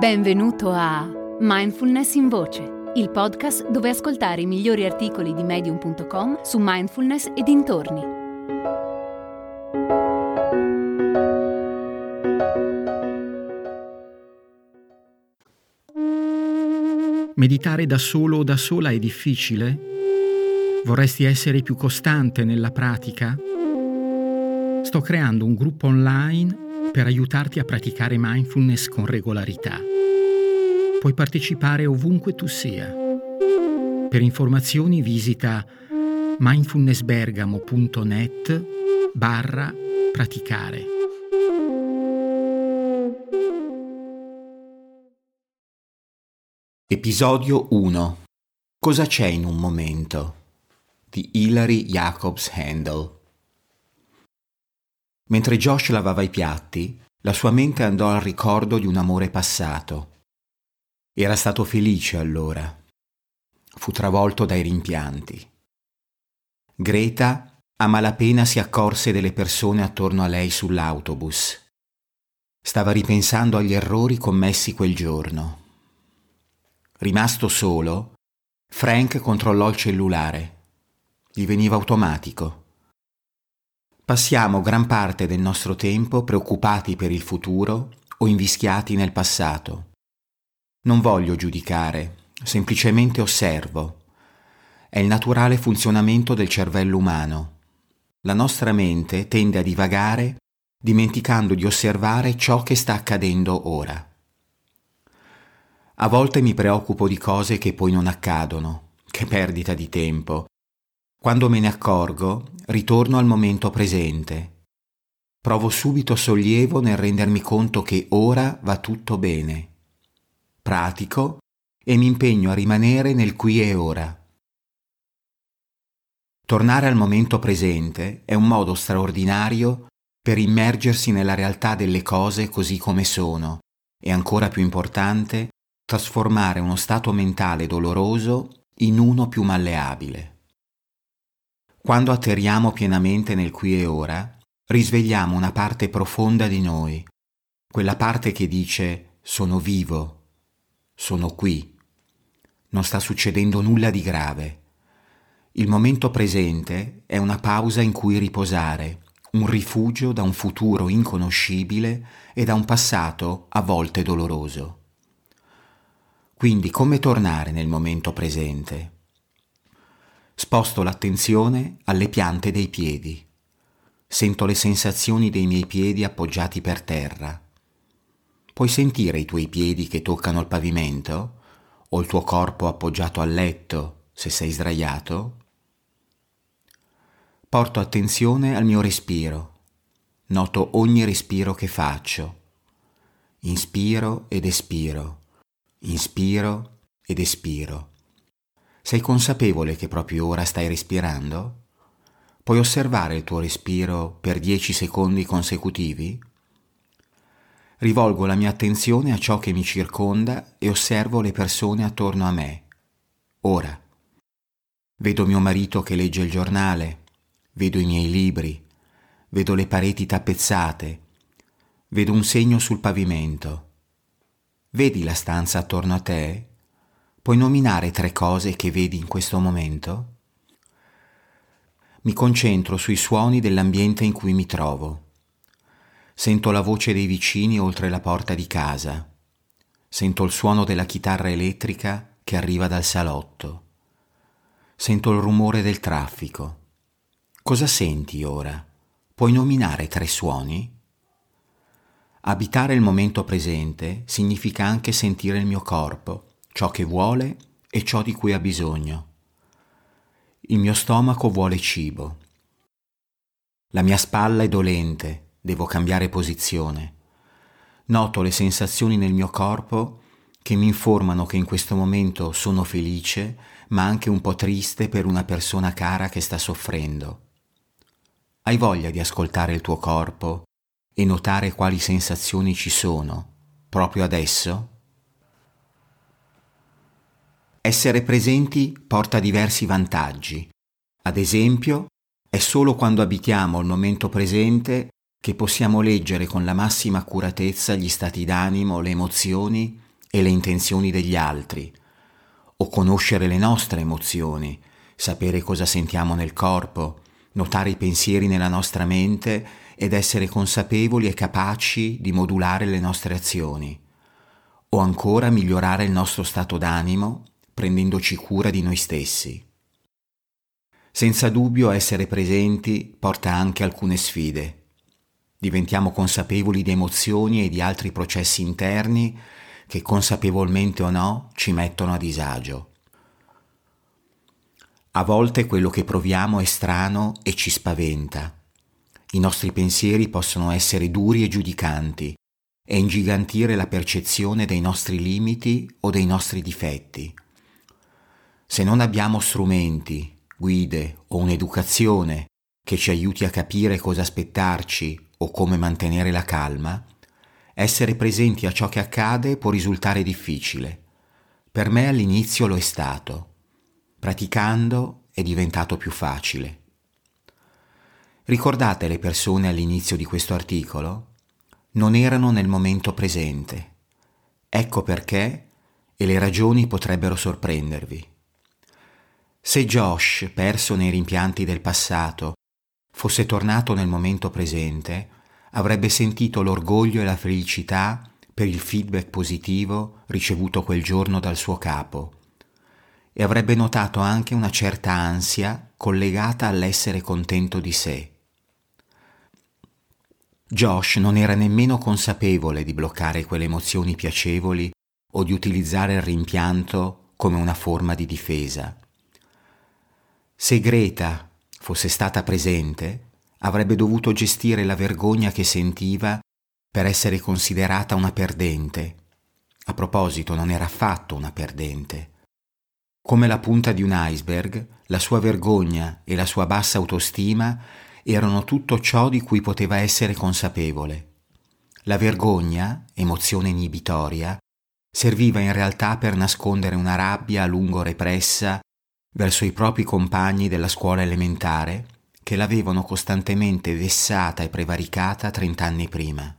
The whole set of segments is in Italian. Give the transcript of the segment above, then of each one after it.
Benvenuto a Mindfulness in Voce, il podcast dove ascoltare i migliori articoli di Medium.com su mindfulness e dintorni. Meditare da solo o da sola è difficile? Vorresti essere più costante nella pratica? Sto creando un gruppo online per aiutarti a praticare mindfulness con regolarità. Puoi partecipare ovunque tu sia. Per informazioni visita mindfulnessbergamo.net/praticare. Episodio 1. Cosa c'è in un momento? Di Hilary Jacobs Handel. Mentre Josh lavava i piatti, la sua mente andò al ricordo di un amore passato. Era stato felice allora. Fu travolto dai rimpianti. Greta a malapena si accorse delle persone attorno a lei sull'autobus. Stava ripensando agli errori commessi quel giorno. Rimasto solo, Frank controllò il cellulare. Gli veniva automatico. Passiamo gran parte del nostro tempo preoccupati per il futuro o invischiati nel passato. Non voglio giudicare, semplicemente osservo. È il naturale funzionamento del cervello umano. La nostra mente tende a divagare dimenticando di osservare ciò che sta accadendo ora. A volte mi preoccupo di cose che poi non accadono, che perdita di tempo. Quando me ne accorgo, ritorno al momento presente. Provo subito sollievo nel rendermi conto che ora va tutto bene. Pratico e mi impegno a rimanere nel qui e ora. Tornare al momento presente è un modo straordinario per immergersi nella realtà delle cose così come sono e, ancora più importante, trasformare uno stato mentale doloroso in uno più malleabile. Quando atterriamo pienamente nel qui e ora, risvegliamo una parte profonda di noi, quella parte che dice «sono vivo, sono qui, non sta succedendo nulla di grave». Il momento presente è una pausa in cui riposare, un rifugio da un futuro inconoscibile e da un passato a volte doloroso. Quindi come tornare nel momento presente? Sposto l'attenzione alle piante dei piedi. Sento le sensazioni dei miei piedi appoggiati per terra. Puoi sentire i tuoi piedi che toccano il pavimento? O il tuo corpo appoggiato al letto, se sei sdraiato? Porto attenzione al mio respiro. Noto ogni respiro che faccio. Inspiro ed espiro. Inspiro ed espiro. Sei consapevole che proprio ora stai respirando? Puoi osservare il tuo respiro per 10 secondi consecutivi? Rivolgo la mia attenzione a ciò che mi circonda e osservo le persone attorno a me. Ora. Vedo mio marito che legge il giornale, vedo i miei libri, vedo le pareti tappezzate, vedo un segno sul pavimento. Vedi la stanza attorno a te? Puoi nominare 3 cose che vedi in questo momento? Mi concentro sui suoni dell'ambiente in cui mi trovo. Sento la voce dei vicini oltre la porta di casa. Sento il suono della chitarra elettrica che arriva dal salotto. Sento il rumore del traffico. Cosa senti ora? Puoi nominare 3 suoni? Abitare il momento presente significa anche sentire il mio corpo, ciò che vuole e ciò di cui ha bisogno. Il mio stomaco vuole cibo. La mia spalla è dolente, devo cambiare posizione. Noto le sensazioni nel mio corpo che mi informano che in questo momento sono felice, ma anche un po' triste per una persona cara che sta soffrendo. Hai voglia di ascoltare il tuo corpo e notare quali sensazioni ci sono, proprio adesso? Essere presenti porta diversi vantaggi. Ad esempio, è solo quando abitiamo il momento presente che possiamo leggere con la massima accuratezza gli stati d'animo, le emozioni e le intenzioni degli altri, o conoscere le nostre emozioni, sapere cosa sentiamo nel corpo, notare i pensieri nella nostra mente ed essere consapevoli e capaci di modulare le nostre azioni, o ancora migliorare il nostro stato d'animo prendendoci cura di noi stessi. Senza dubbio essere presenti porta anche alcune sfide. Diventiamo consapevoli di emozioni e di altri processi interni che consapevolmente o no ci mettono a disagio. A volte quello che proviamo è strano e ci spaventa. I nostri pensieri possono essere duri e giudicanti e ingigantire la percezione dei nostri limiti o dei nostri difetti. Se non abbiamo strumenti, guide o un'educazione che ci aiuti a capire cosa aspettarci o come mantenere la calma, essere presenti a ciò che accade può risultare difficile. Per me all'inizio lo è stato. Praticando è diventato più facile. Ricordate le persone all'inizio di questo articolo? Non erano nel momento presente. Ecco perché, e le ragioni potrebbero sorprendervi. Se Josh, perso nei rimpianti del passato, fosse tornato nel momento presente, avrebbe sentito l'orgoglio e la felicità per il feedback positivo ricevuto quel giorno dal suo capo e avrebbe notato anche una certa ansia collegata all'essere contento di sé. Josh non era nemmeno consapevole di bloccare quelle emozioni piacevoli o di utilizzare il rimpianto come una forma di difesa. Se Greta fosse stata presente, avrebbe dovuto gestire la vergogna che sentiva per essere considerata una perdente. A proposito, non era affatto una perdente. Come la punta di un iceberg, la sua vergogna e la sua bassa autostima erano tutto ciò di cui poteva essere consapevole. La vergogna, emozione inibitoria, serviva in realtà per nascondere una rabbia a lungo repressa verso i propri compagni della scuola elementare che l'avevano costantemente vessata e prevaricata 30 anni prima.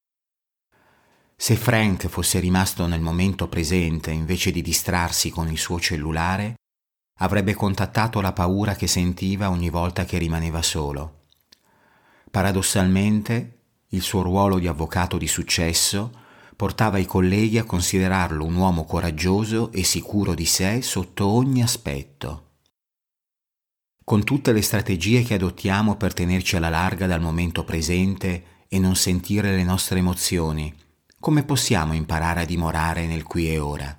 Se Frank fosse rimasto nel momento presente invece di distrarsi con il suo cellulare, avrebbe contattato la paura che sentiva ogni volta che rimaneva solo. Paradossalmente, il suo ruolo di avvocato di successo portava i colleghi a considerarlo un uomo coraggioso e sicuro di sé sotto ogni aspetto. Con tutte le strategie che adottiamo per tenerci alla larga dal momento presente e non sentire le nostre emozioni, come possiamo imparare a dimorare nel qui e ora?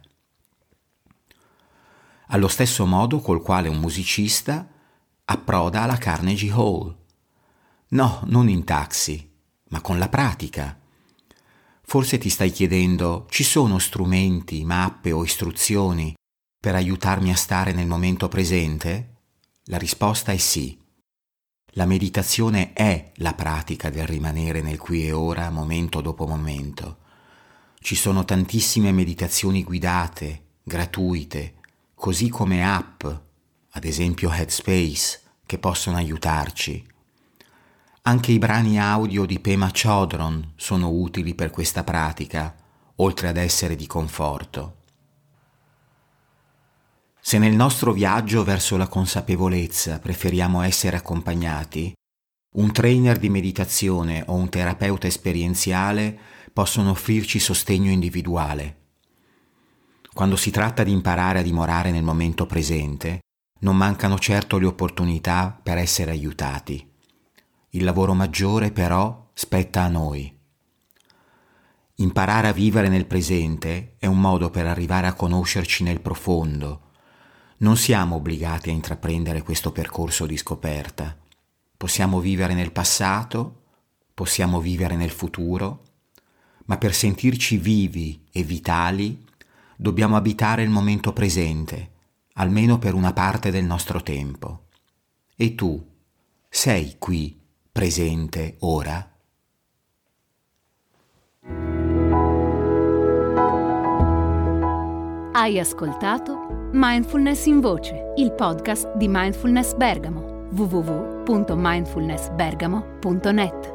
Allo stesso modo col quale un musicista approda alla Carnegie Hall. No, non in taxi, ma con la pratica. Forse ti stai chiedendo, ci sono strumenti, mappe o istruzioni per aiutarmi a stare nel momento presente? La risposta è sì. La meditazione è la pratica del rimanere nel qui e ora, momento dopo momento. Ci sono tantissime meditazioni guidate, gratuite, così come app, ad esempio Headspace, che possono aiutarci. Anche i brani audio di Pema Chodron sono utili per questa pratica, oltre ad essere di conforto. Se nel nostro viaggio verso la consapevolezza preferiamo essere accompagnati, un trainer di meditazione o un terapeuta esperienziale possono offrirci sostegno individuale. Quando si tratta di imparare a dimorare nel momento presente, non mancano certo le opportunità per essere aiutati. Il lavoro maggiore però spetta a noi. Imparare a vivere nel presente è un modo per arrivare a conoscerci nel profondo. Non siamo obbligati a intraprendere questo percorso di scoperta. Possiamo vivere nel passato, possiamo vivere nel futuro, ma per sentirci vivi e vitali dobbiamo abitare il momento presente, almeno per una parte del nostro tempo. E tu, sei qui, presente, ora? Hai ascoltato Mindfulness in Voce, il podcast di Mindfulness Bergamo, www.mindfulnessbergamo.net.